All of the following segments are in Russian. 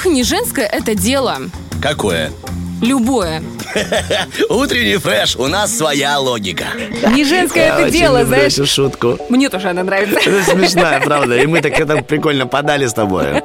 Ох, не женское это дело. Какое? Любое. Утренний фреш, у нас своя логика. Не женское Я это очень дело, люблю знаешь. эту шутку. Мне тоже она нравится. Это смешная, правда. И мы так это прикольно подали с тобой.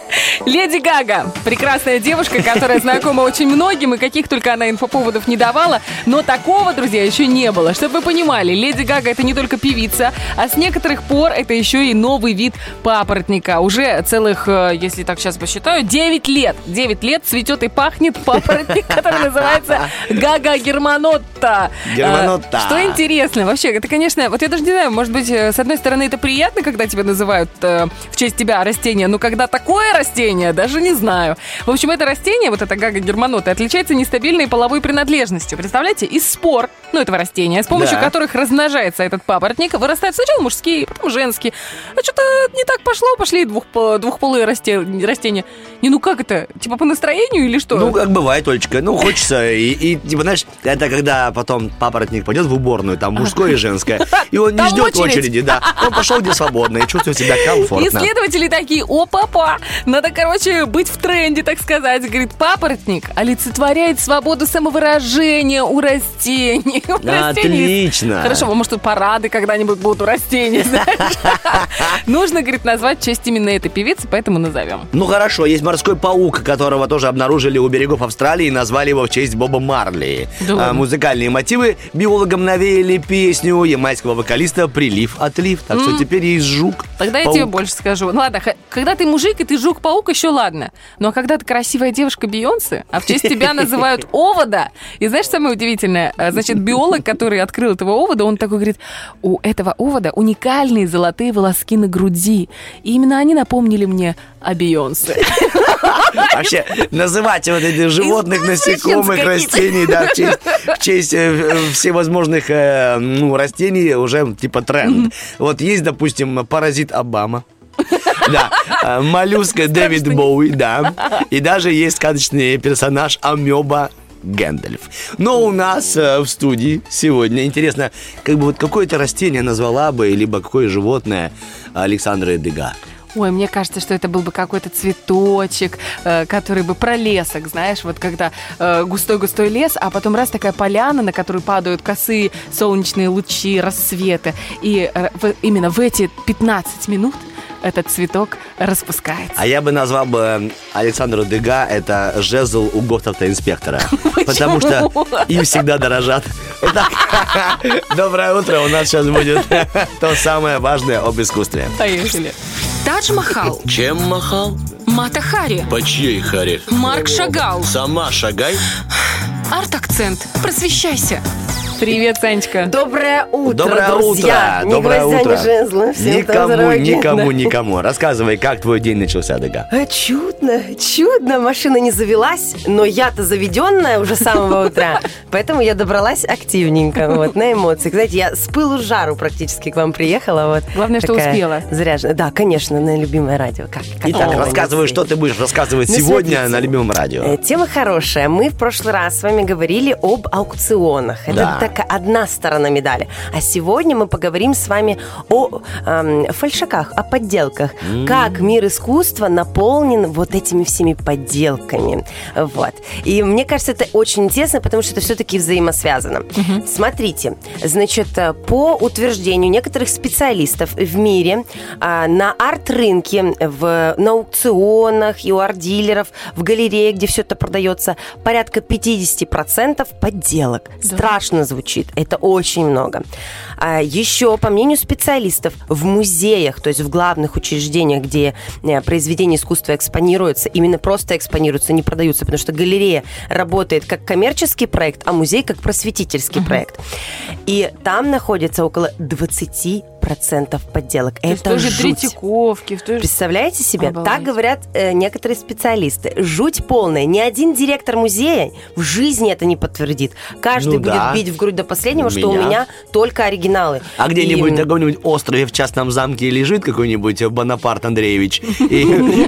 Леди Гага. Прекрасная девушка, которая знакома очень многим, и каких только она инфоповодов не давала. Но такого, друзья, еще не было. Чтобы вы понимали, Леди Гага — это не только певица, а с некоторых пор это еще и новый вид папоротника. Уже целых, если так сейчас посчитаю, 9 лет. 9 лет цветет и пахнет папоротник, который называется Гага Германотта. Германотта. Что интересно, вообще, это, конечно, вот я даже не знаю, может быть, с одной стороны, это приятно, когда тебя называют в честь тебя растение, но когда такое растение, даже не знаю. В общем, это растение, вот это Гага Германотта, отличается нестабильной половой принадлежностью. Представляете, из спор, этого растения, с помощью которых размножается этот папоротник, вырастают сначала мужские, потом женские. А что-то не так пошло, пошли двухполые растения. Не, как это? Типа по настроению или что? Ну, как бывает, Олечка. Ну, хочется. И типа, знаешь, это когда потом папоротник пойдет в уборную, там мужское и женское, и он не Там ждет очередь. очереди, да. Он пошел где свободно и чувствует себя комфортно. Исследователи такие: о, папа, надо, быть в тренде, так сказать. Говорит, папоротник олицетворяет свободу самовыражения у растений. У растений. Отлично. Хорошо, может, парады когда-нибудь будут у растений, знаешь. Нужно, говорит, назвать в честь именно этой певицы, поэтому назовем. Ну, хорошо, есть морской паук, которого тоже обнаружили у берегов Австралии и назвали его в честь Боба Марли. Да ладно? Музыкальные мотивы биологам навеяли песню ямайского вокалиста «Прилив-отлив». Так что теперь есть жук. Тогда я паук. тебе больше скажу. Ну ладно, когда ты мужик и ты жук-паук, еще ладно. Но когда ты красивая девушка Бейонсе, а в честь тебя называют овода. И знаешь, самое удивительное? Значит, биолог, который открыл этого овода, он такой говорит: у этого овода уникальные золотые волоски на груди. И именно они напомнили мне о Бейонсе. Вообще, называть вот этих животных, насекомых, растений, да, в честь всевозможных растений уже типа тренд. Вот есть, допустим, паразит Обама. Да, моллюска Дэвид Боуи, да. И даже есть сказочный персонаж Амеба Гэндальф. Но у нас в студии сегодня интересно, какое это растение назвала бы, либо какое животное Александра Дега. Ой, мне кажется, что это был бы какой-то цветочек, который бы пролесок, знаешь, вот когда густой-густой лес, а потом раз такая поляна, на которую падают косые солнечные лучи, рассветы. И именно в эти 15 минут этот цветок распускается. А я бы назвал бы Александру Дега это жезл у госавтоинспектора. Потому что им всегда дорожат. Итак, доброе утро. У нас сейчас будет то самое важное об искусстве. Поехали. Тадж-Махал. Чем махал? Мата Хари. По чьей Хари? Марк Шагал. Сама шагай. Арт-акцент. Просвещайся. Привет, Санечка. Доброе утро, Доброе друзья. утро. Доброе гвоздя, утро. ни жезла. Всем там дорогие. Никому. Рассказывай, как твой день начался, Дега. Чудно. Машина не завелась, но я-то заведенная уже с самого утра. Поэтому я добралась активненько, на эмоциях. Знаете, я с пылу с жару практически к вам приехала. Главное, что успела. Заряженная. Да, конечно, на любимое радио. Итак, рассказывай, что ты будешь рассказывать сегодня на любимом радио. Тема хорошая. Мы в прошлый раз с вами говорили об аукционах. Это такая одна сторона медали. А сегодня мы поговорим с вами о фальшаках, о подделках. Как мир искусства наполнен вот этими всеми подделками. Вот. И мне кажется, это очень интересно, потому что это все-таки взаимосвязано. Смотрите, значит, по утверждению некоторых специалистов в мире на арт-рынке, на аукционах и у арт-дилеров, в галерее, где все это продается, порядка 50% подделок. Да. Страшно звучит. Это очень много. Еще, по мнению специалистов, в музеях, то есть в главных учреждениях, где произведения искусства экспонируются, именно просто экспонируются, не продаются, потому что галерея работает как коммерческий проект, а музей как просветительский проект. И там находится около 20% подделок. Это жуть. Третьяковки. Представляете себе? Обалдеть. Так говорят некоторые специалисты. Жуть полная. Ни один директор музея в жизни это не подтвердит. Каждый будет бить в грудь до последнего, что у меня только оригиналы. А где-нибудь на каком-нибудь острове в частном замке лежит какой-нибудь Бонапарт Андреевич и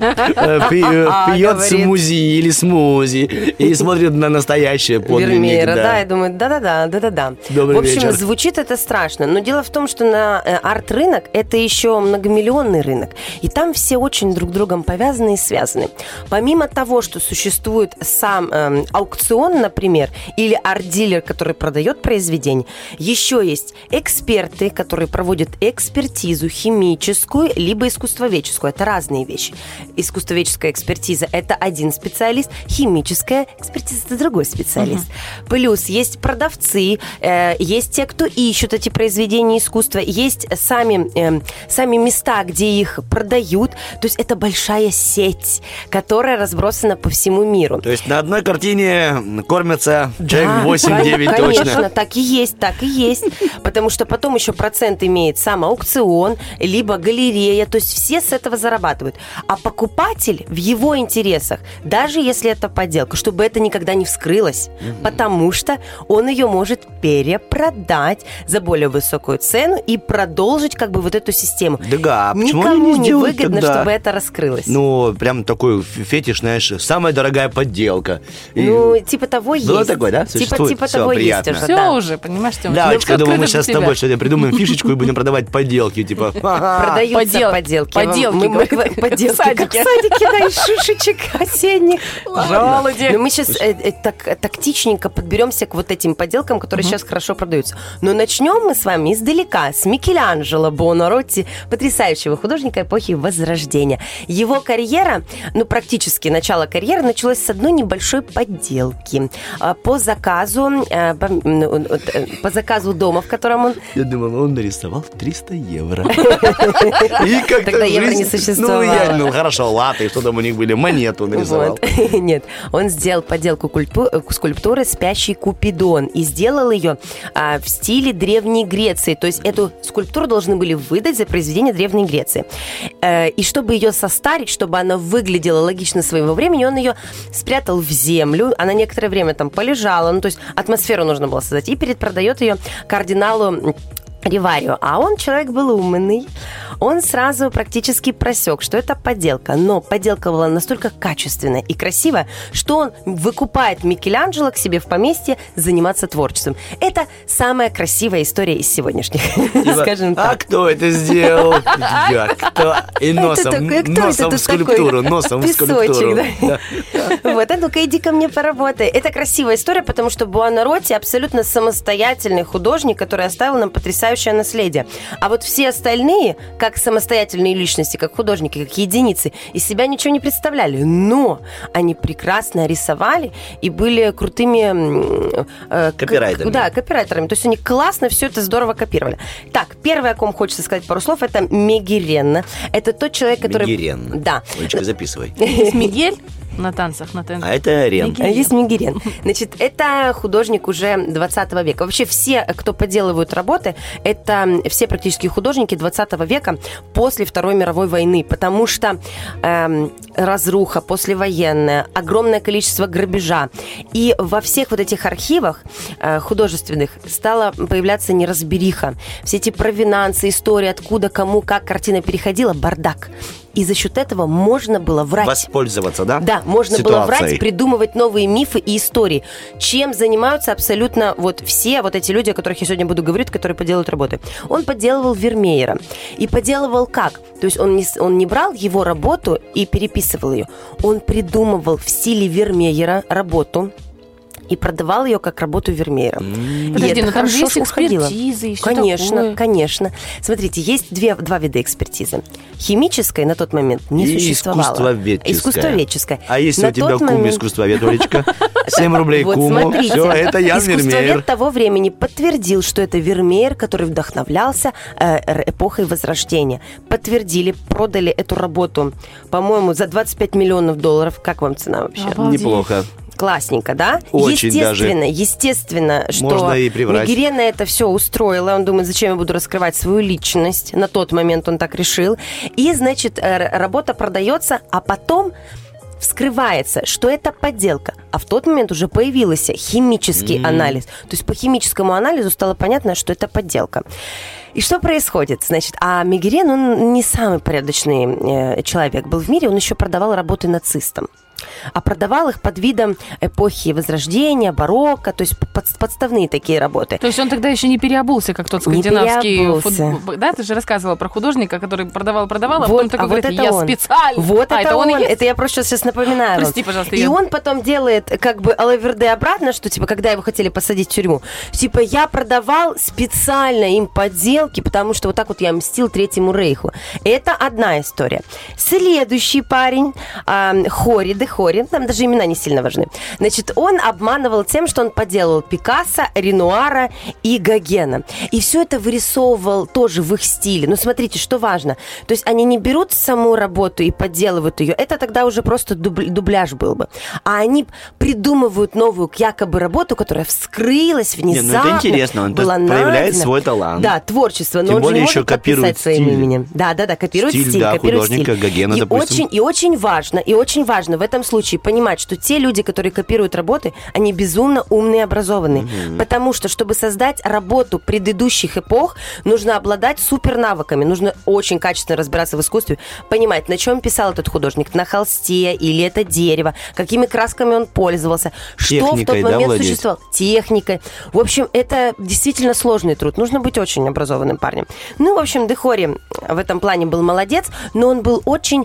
пьет смузи или смузи и смотрит на настоящее подлинник. Вермеера, да, и думает, да-да-да. Добрый в общем, вечер. звучит это страшно. Но дело в том, что на арт-рынок – это еще многомиллионный рынок. И там все очень друг с другом повязаны и связаны. Помимо того, что существует сам аукцион, например, или арт-дилер, который продает произведение, еще есть эксперты, которые проводят экспертизу химическую, либо искусствоведческую. Это разные вещи. Искусствоведческая экспертиза – это один специалист, химическая экспертиза – это другой специалист. Плюс есть продавцы, есть те, кто ищут эти произведения искусства, есть сами места, где их продают. То есть это большая сеть, которая разбросана по всему миру. То есть на одной картине кормятся человек 8-9 точно. Конечно, так и есть. Потому что потом еще процент имеет сам аукцион, либо галерея. То есть все с этого зарабатывают. А покупатель в его интересах, даже если это подделка, чтобы это никогда не вскрылось, потому что он ее может перепродать за более высокую цену и продолжить как бы вот эту систему. Да, никому не выгодно, тогда, чтобы это раскрылось. Ну, прям такой фетиш, знаешь, самая дорогая подделка. Ну, типа того есть. Было такое, да? Типа того приятно. есть уже, все да. уже, понимаешь, Тёма? Да, я думаю, мы сейчас с тобой сегодня придумаем фишечку и будем продавать подделки, типа. Продаются подделки. Подделки, как садики, да, из шишечек осенних. Жалуйте. Но мы сейчас тактичненько подберемся к вот этим подделкам, которые сейчас хорошо продаются. Но начнем мы с вами издалека, с Микеланджело Буонаротти, потрясающего художника эпохи Возрождения. Его карьера, ну, практически начало карьеры началось с одной небольшой подделки. По заказу дома, в котором он... Я думал, он нарисовал 300 евро. Тогда евро не существовало. Ну, хорошо, латы, что там у них были, монету нарисовал. Нет, он сделал подделку скульптуры «Спящий Купидон» и сделал ее в стиле Древней Греции. То есть эту скульптуру должны были выдать за произведение Древней Греции. И чтобы ее состарить, чтобы она выглядела логично своего времени, он ее спрятал в землю. Она некоторое время там полежала. Ну, то есть атмосферу нужно было создать. И перепродает ее кардиналу Риварио. А он человек был умный. Он сразу практически просек, что это подделка. Но подделка была настолько качественная и красивая, что он выкупает Микеланджело к себе в поместье заниматься творчеством. Это самая красивая история из сегодних. Скажем так. А кто это сделал? Кто? И носом в скульптуру. Песочек, да? Вот, а ну-ка, иди ко мне поработай. Это красивая история, потому что Буонаротти абсолютно самостоятельный художник, который оставил нам потрясающее наследие. А вот все остальные, как самостоятельные личности, как художники, как единицы, из себя ничего не представляли. Но они прекрасно рисовали и были крутыми... копирайтерами. Да, копирайтерами. То есть они классно все это здорово копировали. Так, первое, о ком хочется сказать пару слов, это Мегеренна. Это тот человек, который... Мегеренна. Да. Олечка, записывай. Мигель на танцах, на ТНТ. А это Рен. Есть Мегерен. Значит, это художник уже 20 века. Вообще все, кто подделывают работы, это все практически художники 20 века после Второй мировой войны, потому что разруха послевоенная, огромное количество грабежа. И во всех вот этих архивах художественных стала появляться неразбериха. Все эти провинансы, истории, откуда, кому, как картина переходила, бардак. И за счет этого можно было врать. Воспользоваться, да? Да, можно было врать, придумывать новые мифы и истории. Чем занимаются абсолютно вот все вот эти люди, о которых я сегодня буду говорить, которые подделывают работы. Он подделывал Вермеера. И подделывал как? То есть он не брал его работу и переписывал ее. Он придумывал в стиле Вермеера работу и продавал ее как работу Вермеера. Подожди, но там же есть экспертизы и все такое. Конечно. Смотрите, есть два вида экспертизы. Химической на тот момент не существовало. Искусствоведческая. А если у тебя кум искусствовед, Олечка? 7 рублей куму. Все, это я Вермеер. Искусствовед того времени подтвердил, что это Вермеер, который вдохновлялся эпохой Возрождения. Подтвердили, продали эту работу, по-моему, за $25 миллионов. Как вам цена вообще? Неплохо. Классненько, да? Очень Естественно, что Мегеренна это все устроила. Он думает, зачем я буду раскрывать свою личность. На тот момент он так решил. И, значит, работа продается, а потом вскрывается, что это подделка. а в тот момент уже появился химический анализ. То есть по химическому анализу стало понятно, что это подделка. И что происходит? Значит, а Мегерен, он не самый порядочный человек был в мире, он еще продавал работы нацистам. А продавал их под видом эпохи Возрождения, барокко, то есть подставные такие работы. То есть он тогда еще не переобулся, как тот скандинавский футбол. Да, ты же рассказывала про художника, который продавал, а потом такой говорит, я специально. Вот это он. Это я просто сейчас напоминаю. Прости, пожалуйста. И он потом делает как бы алаверды обратно, что типа, когда его хотели посадить в тюрьму, типа, я продавал специально им подделки, потому что вот так вот я мстил Третьему Рейху. Это одна история. Следующий парень, Хори, там даже имена не сильно важны. Значит, он обманывал тем, что он подделал Пикассо, Ренуара и Гогена. И все это вырисовывал тоже в их стиле. Но смотрите, что важно. То есть они не берут саму работу и подделывают ее. Это тогда уже просто дубляж был бы. А они придумывают новую якобы работу, которая вскрылась внезапно. Это интересно. Он проявляет свой талант. Да, творчество. Но тем он более же не еще может подписать своим именем. Да, копирует стиль. Да, копирует художника стиль. Гогена, допустим. И очень важно в этом случае понимать, что те люди, которые копируют работы, они безумно умные и образованные. Потому что, чтобы создать работу предыдущих эпох, нужно обладать супернавыками, нужно очень качественно разбираться в искусстве, понимать, на чем писал этот художник, на холсте или это дерево, какими красками он пользовался, что в тот момент существовало. Техникой. В общем, это действительно сложный труд. Нужно быть очень образованным парнем. Ну, в общем, де Хори в этом плане был молодец, но он был очень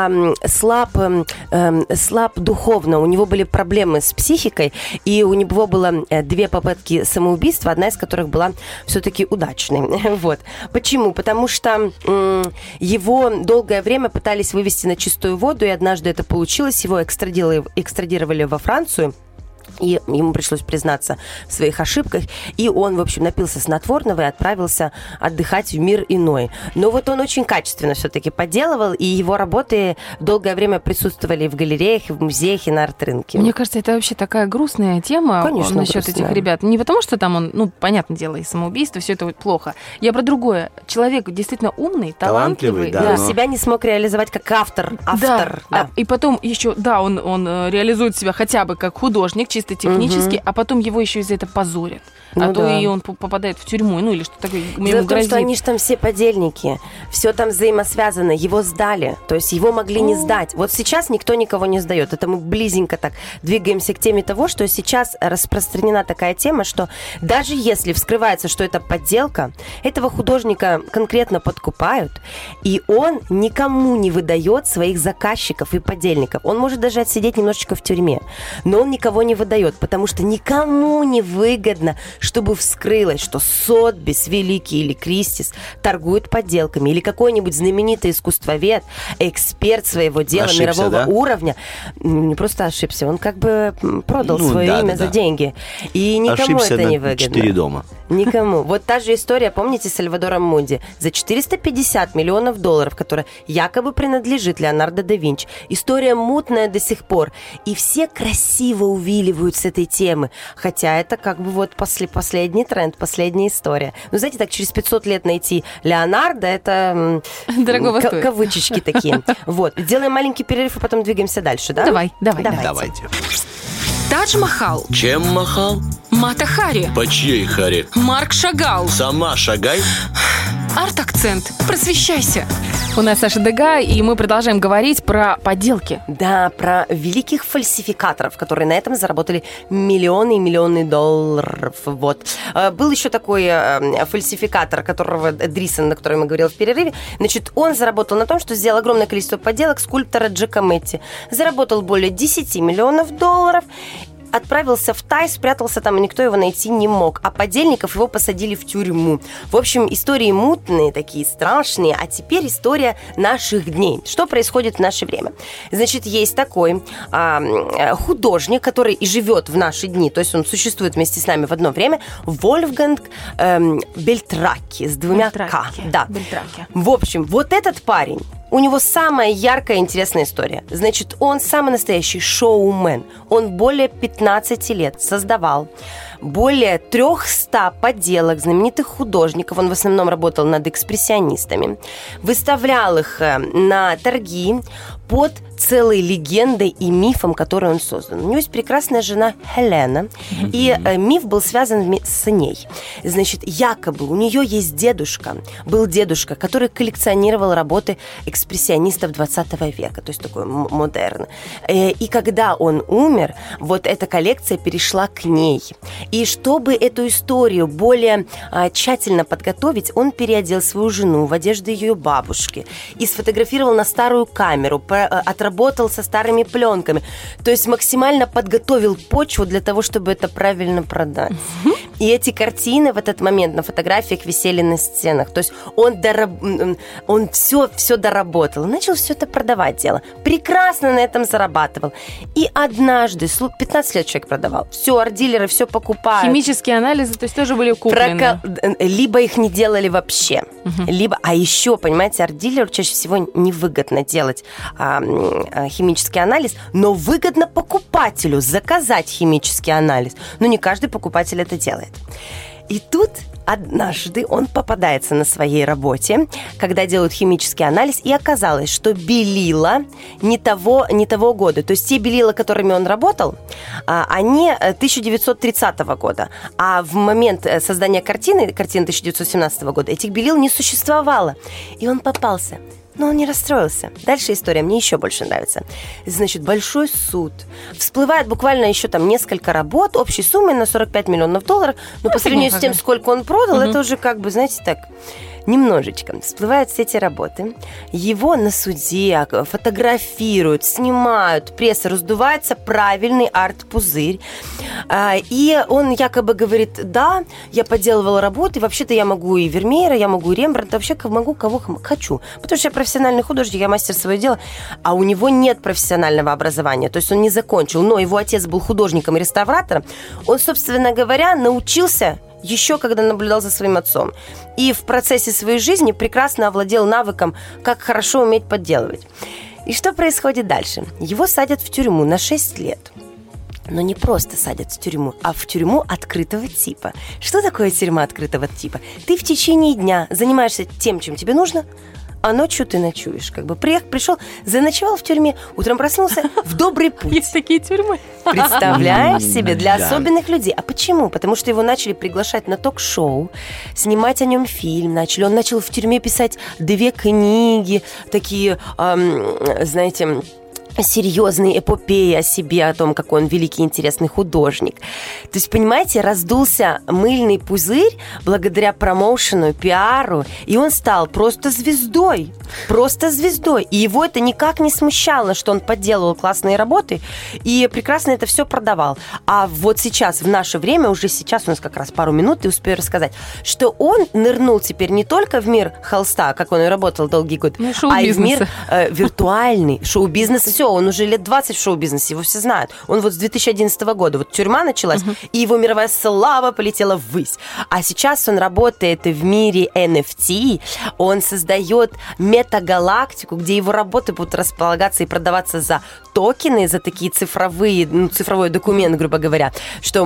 слаб духовно, у него были проблемы с психикой, и у него было 2 попытки самоубийства, одна из которых была все-таки удачной. Вот. Почему? Потому что его долгое время пытались вывести на чистую воду, и однажды это получилось, его экстрадировали во Францию, и ему пришлось признаться в своих ошибках, и он, в общем, напился снотворного и отправился отдыхать в мир иной. Но вот он очень качественно все-таки подделывал, и его работы долгое время присутствовали в галереях, в музеях и на арт-рынке. Мне кажется, это вообще такая грустная тема. Конечно, насчет этих ребят. Не потому, что там он, понятное дело, и самоубийство, все это плохо. Я про другое. Человек действительно умный, талантливый. Да, но себя не смог реализовать как автор. Да. И потом еще, он реализует себя хотя бы как художник, чисто технически, а потом его еще из-за этого позорят. То и он попадает в тюрьму, или что такое, ему грозит. Дело в том, что они же там все подельники, все там взаимосвязано, его сдали, то есть его могли не сдать. Вот сейчас никто никого не сдает, это мы близенько так двигаемся к теме того, что сейчас распространена такая тема, что даже если вскрывается, что это подделка, этого художника конкретно подкупают, и он никому не выдает своих заказчиков и подельников. Он может даже отсидеть немножечко в тюрьме, но он никого не выдает, потому что никому не выгодно, чтобы вскрылось, что Сотбис Великий или Кристис торгуют подделками, или какой-нибудь знаменитый искусствовед, эксперт своего дела мирового уровня, не просто ошибся, он как бы продал свое имя за деньги. И никому ошибся это не выгодно. 4 дома. Никому. Вот та же история, помните, с Сальвадором Мунди. За $450 миллионов, которая якобы принадлежит Леонардо да Винчи. История мутная до сих пор. И все красиво увиливают с этой темы. Хотя это как бы вот последний тренд, последняя история. Ну, знаете, так через 500 лет найти Леонардо, это кавычечки такие. Вот. Делаем маленький перерыв, и потом двигаемся дальше, да? Давайте. Тадж-Махал. Чем махал? Мата Хари. По чьей Хари? Марк Шагал. Сама шагай. Арт-акцент. Просвещайся. У нас Саша Дега, и мы продолжаем говорить про подделки. Да, про великих фальсификаторов, которые на этом заработали миллионы и миллионы долларов. Вот. Был еще такой фальсификатор, которого Дрисон, на который мы говорили в перерыве. Значит, он заработал на том, что сделал огромное количество подделок скульптора Джакометти. Заработал более 10 миллионов долларов. Отправился в Тай, спрятался там, и никто его найти не мог. А подельников его посадили в тюрьму. В общем, истории мутные, такие страшные. А теперь история наших дней. Что происходит в наше время? Значит, есть такой художник, который и живет в наши дни, то есть он существует вместе с нами в одно время, Вольфганг Бельтраки с 2 К. Да. Бельтраки. В общем, вот этот парень, у него самая яркая и интересная история. Значит, он самый настоящий шоумен. Он более 15 лет создавал более 300 подделок знаменитых художников. Он в основном работал над экспрессионистами. Выставлял их на торги под целой легендой и мифом, который он создан. У него есть прекрасная жена Хелена, и миф был связан с ней. Значит, якобы у нее есть был дедушка, который коллекционировал работы экспрессионистов 20 века, то есть такой модерн. И когда он умер, вот эта коллекция перешла к ней. И чтобы эту историю более тщательно подготовить, он переодел свою жену в одежду ее бабушки и сфотографировал на старую камеру, отработал со старыми пленками. То есть максимально подготовил почву для того, чтобы это правильно продать. И эти картины в этот момент на фотографиях висели на стенах. То есть он все доработал. Начал все это продавать дело. Прекрасно на этом зарабатывал. И однажды, 15 лет человек продавал. Все, арт-дилеры все покупают. Химические анализы, то есть тоже были куплены. Либо их не делали вообще. Либо, а еще, понимаете, арт-дилеру чаще всего невыгодно делать химический анализ, но выгодно покупателю заказать химический анализ. Но не каждый покупатель это делает. И тут однажды он попадается на своей работе, когда делают химический анализ, и оказалось, что белила не того года. То есть те белила, которыми он работал, они 1930 года. А в момент создания картины 1917 года, этих белил не существовало. И он попался. Но он не расстроился. Дальше история мне еще больше нравится. Значит, большой суд. Всплывает буквально еще там несколько работ общей суммой на $45 миллионов. Но по сравнению с тем, сколько он продал, это уже как бы, знаете, так... Немножечко. Всплывают все эти работы. Его на суде фотографируют, снимают, пресса раздувается, правильный арт-пузырь. И он якобы говорит, да, я подделывал работы, вообще-то я могу и Вермеера, я могу и Рембрандта, вообще могу кого хочу. Потому что я профессиональный художник, я мастер свое дело. А у него нет профессионального образования, то есть он не закончил. Но его отец был художником и реставратором. Он, собственно говоря, научился еще когда наблюдал за своим отцом. И в процессе своей жизни прекрасно овладел навыком, как хорошо уметь подделывать. И что происходит дальше? Его садят в тюрьму на 6 лет. Но не просто садят в тюрьму, а в тюрьму открытого типа. Что такое тюрьма открытого типа? Ты в течение дня занимаешься тем, чем тебе нужно, а ночью ты ночуешь. Как бы пришел, заночевал в тюрьме, утром проснулся, в добрый путь. Есть такие тюрьмы. Представляешь себе? Для особенных людей. А почему? Потому что его начали приглашать на ток-шоу, снимать о нем фильм начали. Он начал в тюрьме писать 2 книги, такие, знаете... серьезные эпопеи о себе, о том, какой он великий, интересный художник. То есть, понимаете, раздулся мыльный пузырь благодаря промоушену, пиару, и он стал просто звездой. Просто звездой. И его это никак не смущало, что он подделывал классные работы и прекрасно это все продавал. А вот сейчас, в наше время, уже сейчас у нас как раз пару минут, и успею рассказать, что он нырнул теперь не только в мир холста, как он и работал долгие годы, а и в мир виртуальный, шоу-бизнеса. Все, он уже лет 20 в шоу-бизнесе, его все знают. Он вот с 2011 года, вот тюрьма началась, и его мировая слава полетела ввысь. А сейчас он работает в мире NFT, он создает метагалактику, где его работы будут располагаться и продаваться за токены, за такие цифровой документ, грубо говоря, что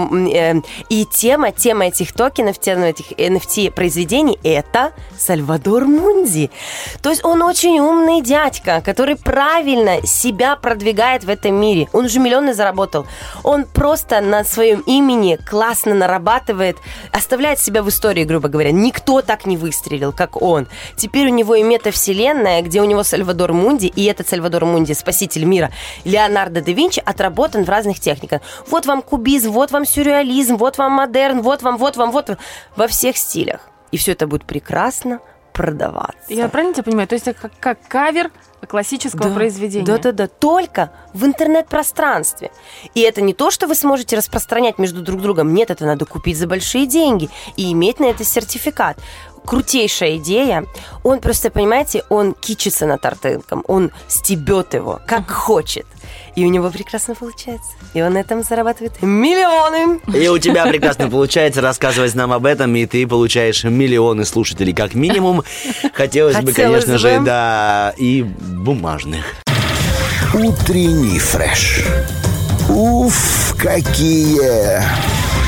и тема этих токенов, тема этих NFT произведений — это Сальвадор Мунди. То есть он очень умный дядька, который правильно себя продвигает в этом мире. Он уже миллионы заработал. Он просто на своем имени классно нарабатывает, оставляет себя в истории, грубо говоря. Никто так не выстрелил, как он. Теперь у него и метавселенная, где у него Сальвадор Мунди, и этот Сальвадор Мунди, спаситель мира, Леонардо да Винчи, отработан в разных техниках. Вот вам кубизм, вот вам сюрреализм, вот вам модерн, вот вам, во всех стилях. И все это будет прекрасно продаваться. Я правильно тебя понимаю? То есть это как кавер классического произведения. Да, только в интернет-пространстве. И это не то, что вы сможете распространять между друг другом. Нет, это надо купить за большие деньги и иметь на это сертификат. Крутейшая идея. Он просто, понимаете, он кичится над арт-рынком, он стебет его, как хочет. И у него прекрасно получается. И он на этом зарабатывает миллионы. И у тебя прекрасно получается рассказывать нам об этом, и ты получаешь миллионы слушателей как минимум. Хотелось бы, конечно же, да, и бумажных. Утренний фреш. Уф, какие